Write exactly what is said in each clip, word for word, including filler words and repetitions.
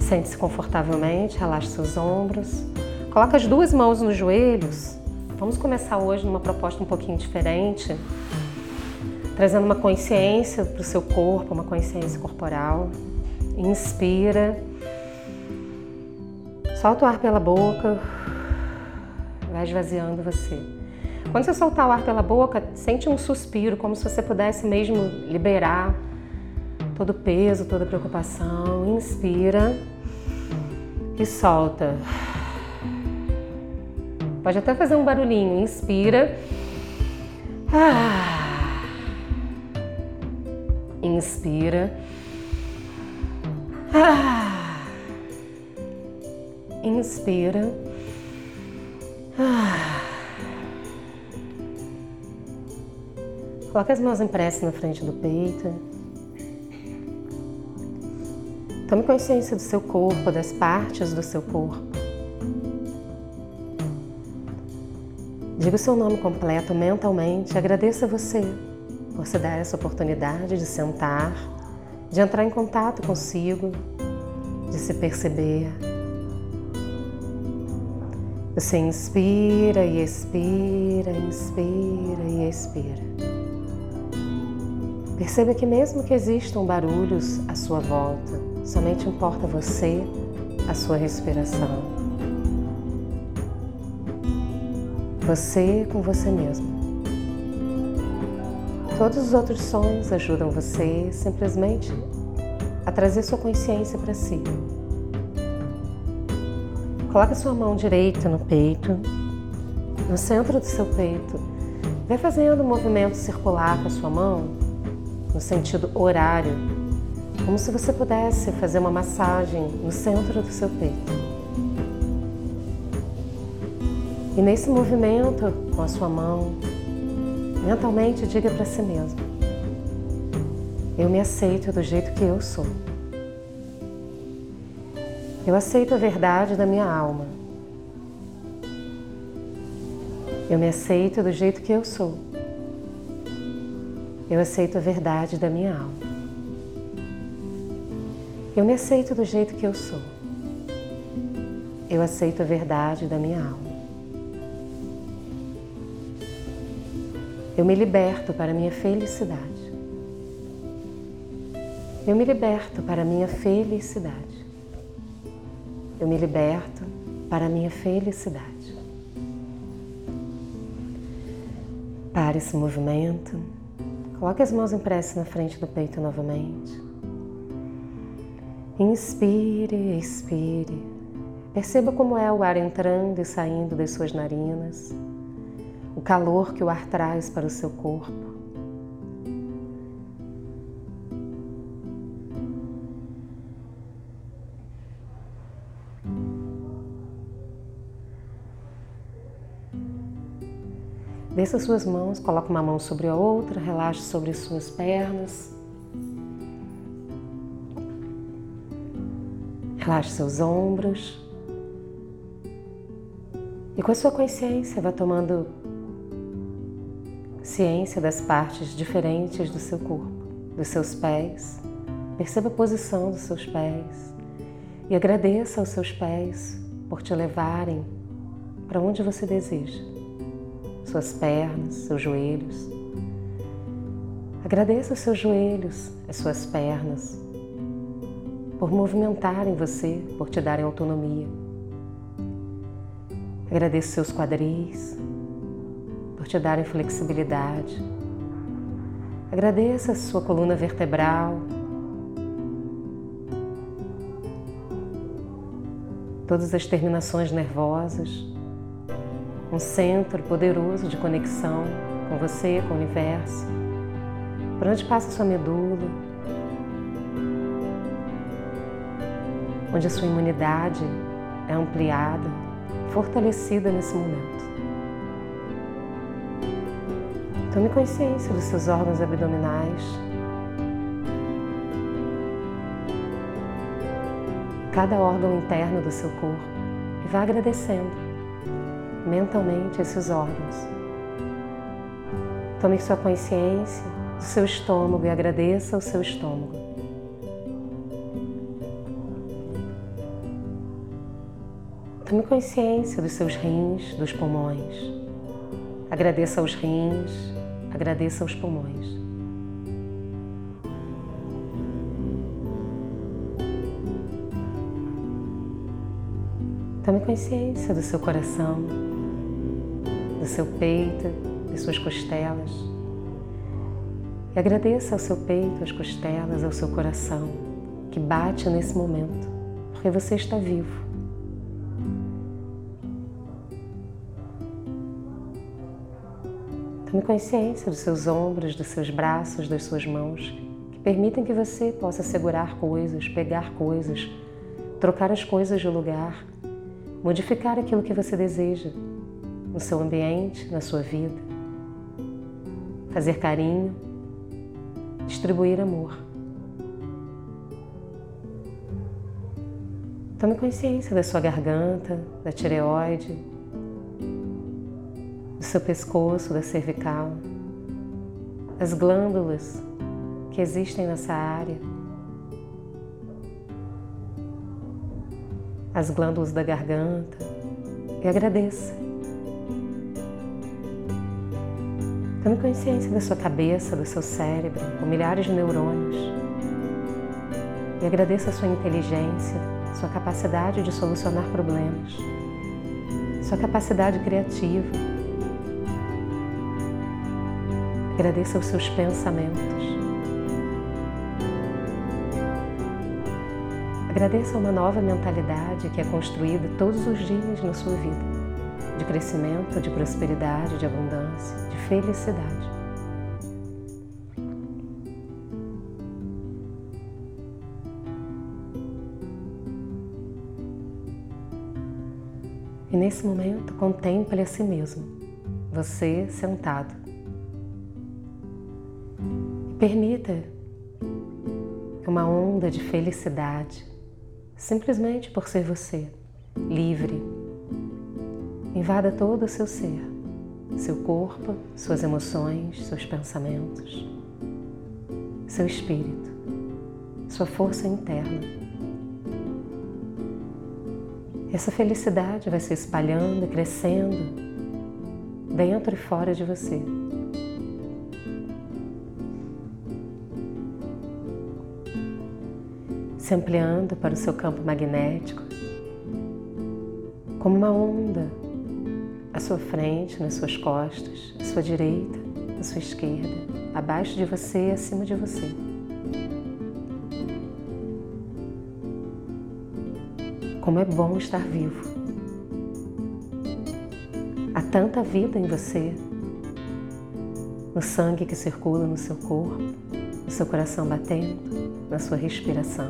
Sente-se confortavelmente, relaxe seus ombros. Coloca as duas mãos nos joelhos. Vamos começar hoje numa proposta um pouquinho diferente, trazendo uma consciência para o seu corpo, uma consciência corporal. Inspira. Solta o ar pela boca. Vai esvaziando você. Quando você soltar o ar pela boca, sente um suspiro, como se você pudesse mesmo liberar todo o peso, toda a preocupação. Inspira e solta. Pode até fazer um barulhinho. Inspira. Inspira. Inspira. Coloque as mãos em prece na frente do peito. Tome consciência do seu corpo, das partes do seu corpo. Diga o seu nome completo mentalmente. Agradeça a você por se dar essa oportunidade de sentar, de entrar em contato consigo, de se perceber. Você inspira e expira, inspira e expira. Perceba que mesmo que existam barulhos à sua volta, somente importa você, a sua respiração. Você com você mesmo. Todos os outros sons ajudam você simplesmente a trazer sua consciência para si. Coloque a sua mão direita no peito, no centro do seu peito. Vai fazendo um movimento circular com a sua mão, no sentido horário, como se você pudesse fazer uma massagem no centro do seu peito. E nesse movimento com a sua mão, mentalmente diga para si mesmo: eu me aceito do jeito que eu sou. Eu aceito a verdade da minha alma. Eu me aceito do jeito que eu sou. Eu aceito a verdade da minha alma. Eu me aceito do jeito que eu sou. Eu aceito a verdade da minha alma. Eu me liberto para a minha felicidade. Eu me liberto para a minha felicidade. Eu me liberto para a minha felicidade. Pare esse movimento. Coloque as mãos em prece na frente do peito novamente. Inspire, expire. Perceba como é o ar entrando e saindo das suas narinas. O calor que o ar traz para o seu corpo. Desça suas mãos, coloque uma mão sobre a outra, relaxe sobre suas pernas. Relaxe seus ombros. E com a sua consciência, vá tomando ciência das partes diferentes do seu corpo, dos seus pés. Perceba a posição dos seus pés e agradeça aos seus pés por te levarem para onde você deseja. Suas pernas, seus joelhos. Agradeça aos seus joelhos, as suas pernas, por movimentarem você, por te darem autonomia. Agradeça seus quadris, por te darem flexibilidade. Agradeça a sua coluna vertebral, todas as terminações nervosas, um centro poderoso de conexão com você, com o universo, por onde passa a sua medula, onde a sua imunidade é ampliada, fortalecida nesse momento. Tome consciência dos seus órgãos abdominais, cada órgão interno do seu corpo, e vá agradecendo mentalmente esses órgãos. Tome sua consciência do seu estômago e agradeça ao seu estômago. Tome consciência dos seus rins, dos pulmões. Agradeça aos rins, agradeça aos pulmões. Tome consciência do seu coração, do seu peito, das suas costelas. E agradeça ao seu peito, às costelas, ao seu coração, que bate nesse momento, porque você está vivo. Tome consciência dos seus ombros, dos seus braços, das suas mãos, que permitem que você possa segurar coisas, pegar coisas, trocar as coisas de lugar, modificar aquilo que você deseja no seu ambiente, na sua vida. Fazer carinho, distribuir amor. Tome consciência da sua garganta, da tireoide, do seu pescoço, da cervical, as glândulas que existem nessa área, as glândulas da garganta, e agradeça. Tome consciência da sua cabeça, do seu cérebro, com milhares de neurônios, e agradeça a sua inteligência, sua capacidade de solucionar problemas, sua capacidade criativa. Agradeça os seus pensamentos. Agradeça uma nova mentalidade que é construída todos os dias na sua vida, de crescimento, de prosperidade, de abundância, de felicidade. E nesse momento, contemple a si mesmo, você sentado. Permita que uma onda de felicidade, simplesmente por ser você, livre, invada todo o seu ser, seu corpo, suas emoções, seus pensamentos, seu espírito, sua força interna. Essa felicidade vai se espalhando e crescendo dentro e fora de você. Se ampliando para o seu campo magnético, como uma onda à sua frente, nas suas costas, à sua direita, à sua esquerda, abaixo de você e acima de você. Como é bom estar vivo. Há tanta vida em você, no sangue que circula no seu corpo, no seu coração batendo, na sua respiração.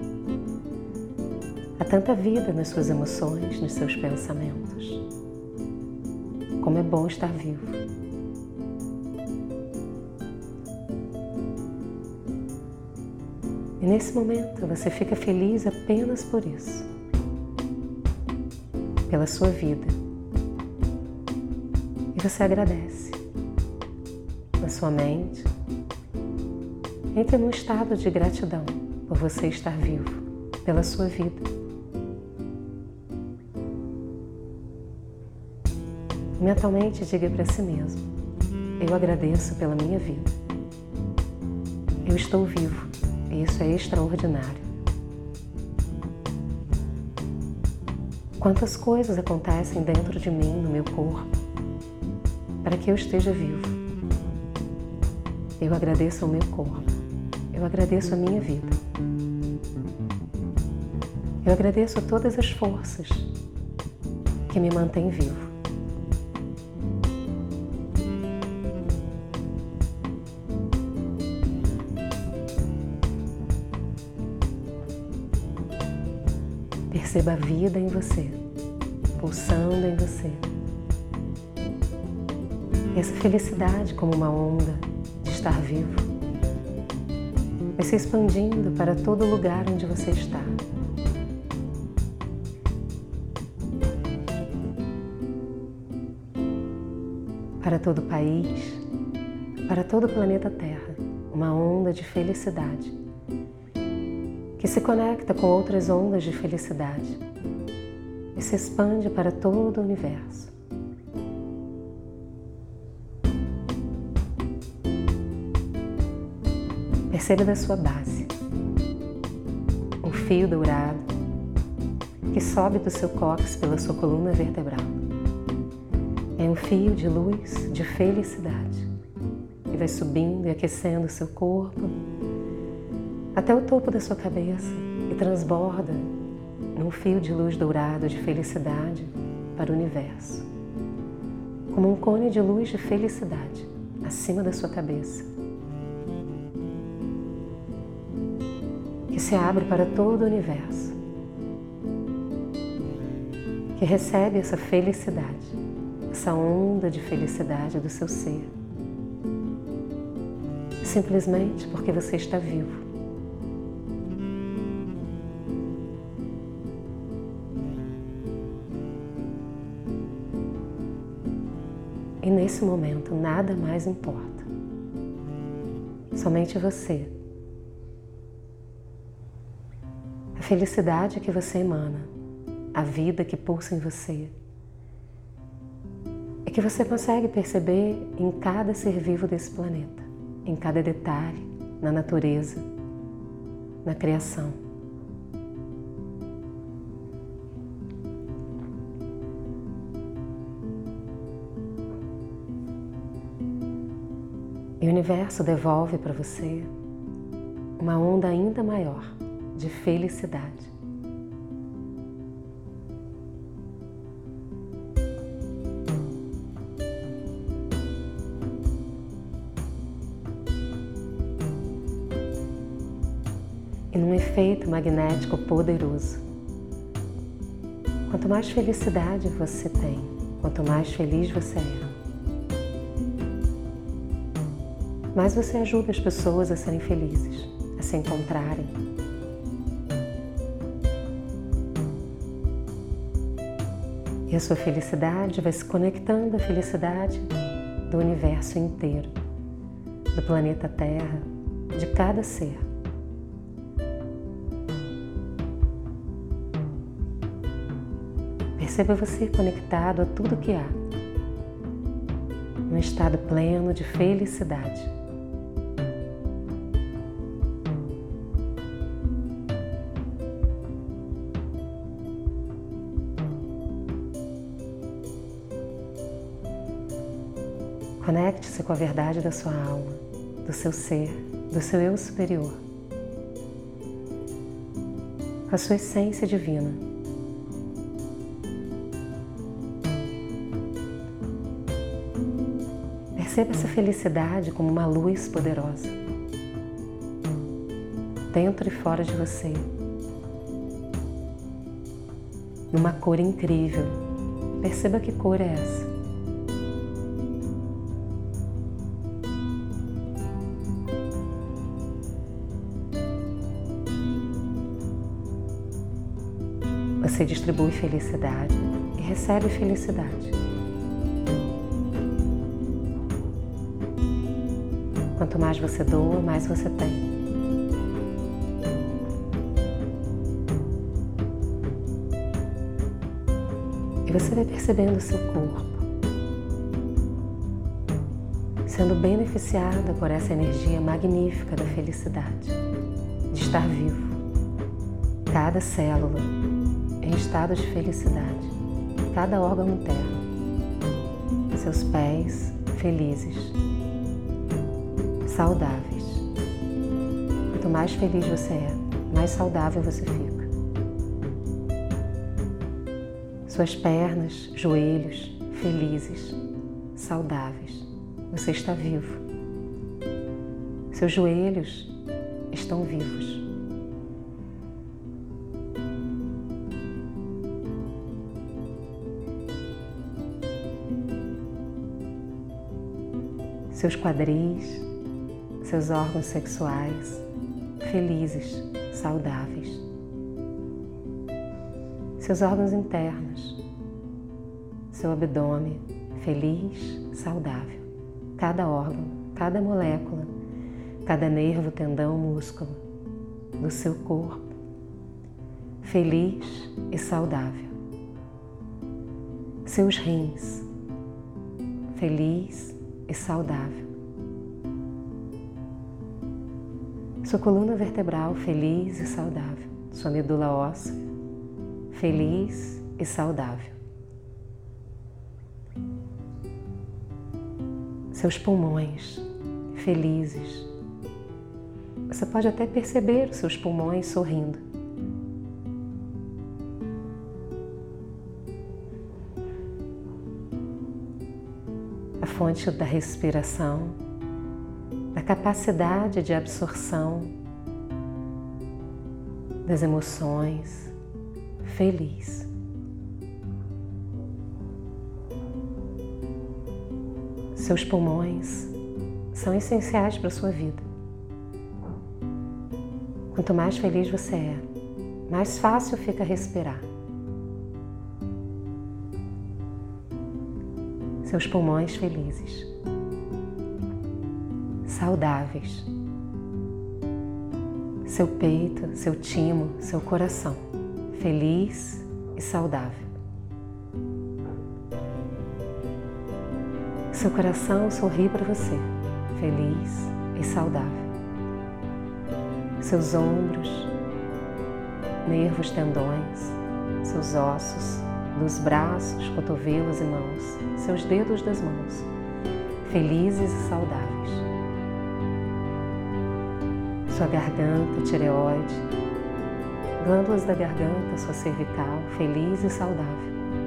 Há tanta vida nas suas emoções, nos seus pensamentos. Como é bom estar vivo. E nesse momento você fica feliz apenas por isso, pela sua vida. E você agradece. Na sua mente, entre num estado de gratidão por você estar vivo, pela sua vida. Mentalmente diga para si mesmo: eu agradeço pela minha vida. Eu estou vivo e isso é extraordinário. Quantas coisas acontecem dentro de mim, no meu corpo, para que eu esteja vivo. Eu agradeço ao meu corpo. Eu agradeço a minha vida. Eu agradeço a todas as forças que me mantêm vivo. Perceba a vida em você, pulsando em você. E essa felicidade, como uma onda de estar vivo, vai se expandindo para todo lugar onde você está. Para todo o país, para todo o planeta Terra, uma onda de felicidade que se conecta com outras ondas de felicidade e se expande para todo o universo. Perceba da sua base um fio dourado que sobe do seu cóccix pela sua coluna vertebral. É um fio de luz, de felicidade, que vai subindo e aquecendo o seu corpo até o topo da sua cabeça e transborda num fio de luz dourado de felicidade para o universo, como um cone de luz de felicidade acima da sua cabeça, que se abre para todo o universo, que recebe essa felicidade, essa onda de felicidade do seu ser, simplesmente porque você está vivo. E nesse momento nada mais importa, somente você. A felicidade que você emana, a vida que pulsa em você, e que você consegue perceber em cada ser vivo desse planeta, em cada detalhe, na natureza, na criação. E o universo devolve para você uma onda ainda maior de felicidade. E num efeito magnético poderoso, quanto mais felicidade você tem, quanto mais feliz você é, mais você ajuda as pessoas a serem felizes, a se encontrarem. E a sua felicidade vai se conectando à felicidade do universo inteiro, do planeta Terra, de cada ser. Perceba você conectado a tudo que há, num estado pleno de felicidade. Conecte-se com a verdade da sua alma, do seu ser, do seu eu superior, com a sua essência divina. Perceba essa felicidade como uma luz poderosa, dentro e fora de você, numa cor incrível. Perceba que cor é essa. Você distribui felicidade e recebe felicidade. Quanto mais você doa, mais você tem. E você vai percebendo o seu corpo sendo beneficiada por essa energia magnífica da felicidade, de estar vivo. Cada célula em estado de felicidade, cada órgão interno, seus pés felizes, saudáveis. Quanto mais feliz você é, mais saudável você fica. Suas pernas, joelhos felizes, saudáveis. Você está vivo. Seus joelhos estão vivos. Seus quadris, seus órgãos sexuais, felizes, saudáveis. Seus órgãos internos, seu abdômen, feliz, saudável. Cada órgão, cada molécula, cada nervo, tendão, músculo do seu corpo, feliz e saudável. seus rins, feliz e saudável. Sua coluna vertebral, feliz e saudável. Sua medula óssea, feliz e saudável. Seus pulmões, felizes. Você pode até perceber os seus pulmões sorrindo. A fonte da respiração, da capacidade de absorção das emoções, feliz. Seus pulmões são essenciais para a sua vida. Quanto mais feliz você é, mais fácil fica respirar. Seus pulmões felizes, saudáveis. Seu peito, seu timo, seu coração, feliz e saudável. Seu coração sorri para você, feliz e saudável. Seus ombros, nervos, tendões, seus ossos, dos braços, cotovelos e mãos, seus dedos das mãos, felizes e saudáveis. Sua garganta, tireoide, glândulas da garganta, sua cervical, feliz e saudável.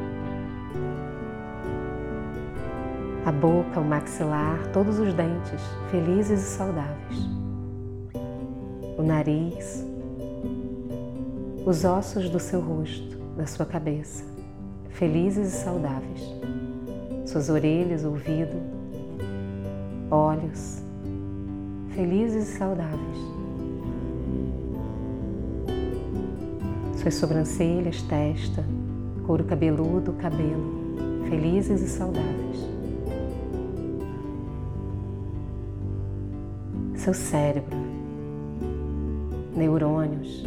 A boca, o maxilar, todos os dentes, felizes e saudáveis. O nariz, os ossos do seu rosto, da sua cabeça, felizes e saudáveis. Suas orelhas, ouvido, olhos, felizes e saudáveis. Suas sobrancelhas, testa, couro cabeludo, cabelo, felizes e saudáveis. Seu cérebro, neurônios,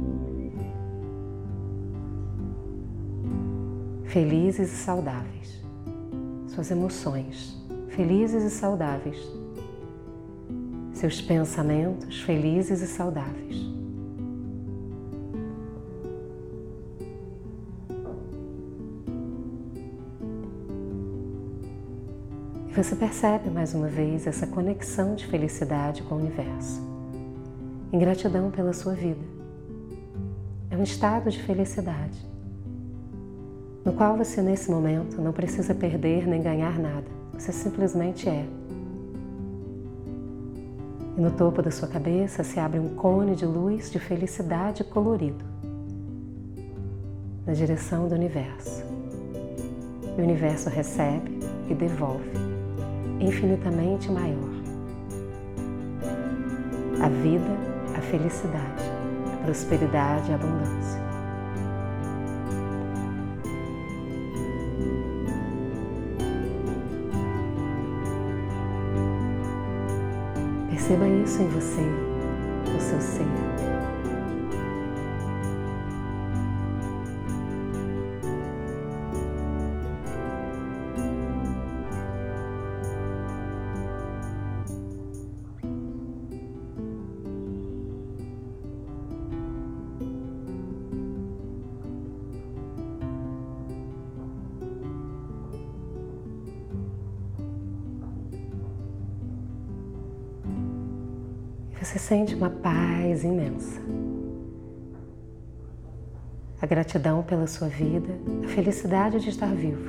felizes e saudáveis. Suas emoções, felizes e saudáveis. Seus pensamentos, felizes e saudáveis. E você percebe mais uma vez essa conexão de felicidade com o universo. Em gratidão pela sua vida. É um estado de felicidade, no qual você nesse momento não precisa perder nem ganhar nada. Você simplesmente é. E no topo da sua cabeça se abre um cone de luz de felicidade colorido na direção do universo. E o universo recebe e devolve infinitamente maior. A vida, a felicidade, a prosperidade e a abundância. Perceba isso em você, no seu ser. Você sente uma paz imensa. A gratidão pela sua vida, a felicidade de estar vivo.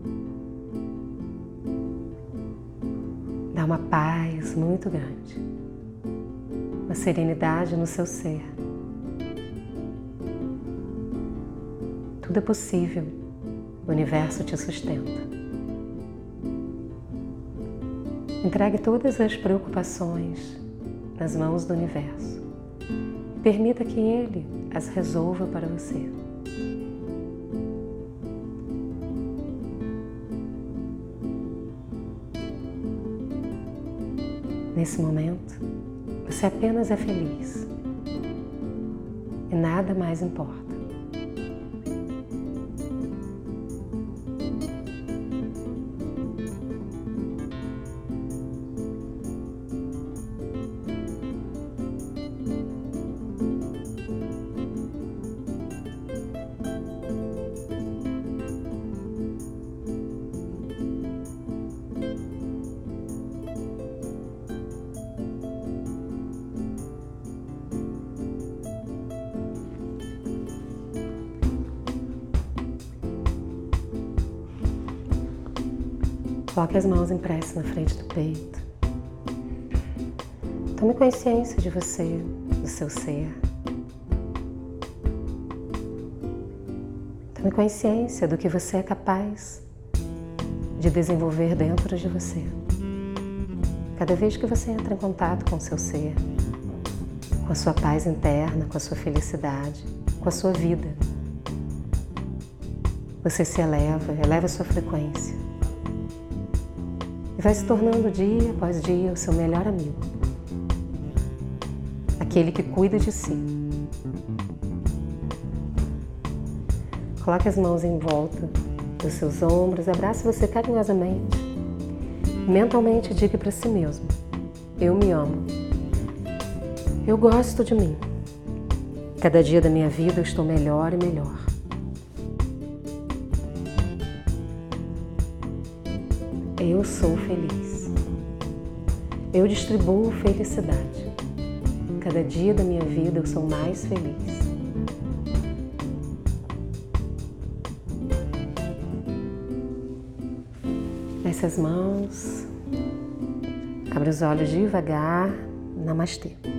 Dá uma paz muito grande, uma serenidade no seu ser. Tudo é possível, o universo te sustenta. Entregue todas as preocupações nas mãos do universo. Permita que ele as resolva para você. Nesse momento, você apenas é feliz e nada mais importa. Coloque as mãos em prece na frente do peito. Tome consciência de você, do seu ser. Tome consciência do que você é capaz de desenvolver dentro de você. Cada vez que você entra em contato com o seu ser, com a sua paz interna, com a sua felicidade, com a sua vida, você se eleva, eleva a sua frequência e vai se tornando dia após dia o seu melhor amigo, aquele que cuida de si. Coloque as mãos em volta dos seus ombros, abrace você carinhosamente. Mentalmente diga para si mesmo: eu me amo. Eu gosto de mim. Cada dia da minha vida eu estou melhor e melhor. Eu sou feliz. Eu distribuo felicidade. Cada dia da minha vida eu sou mais feliz. Desce as mãos. Abre os olhos devagar. Namastê.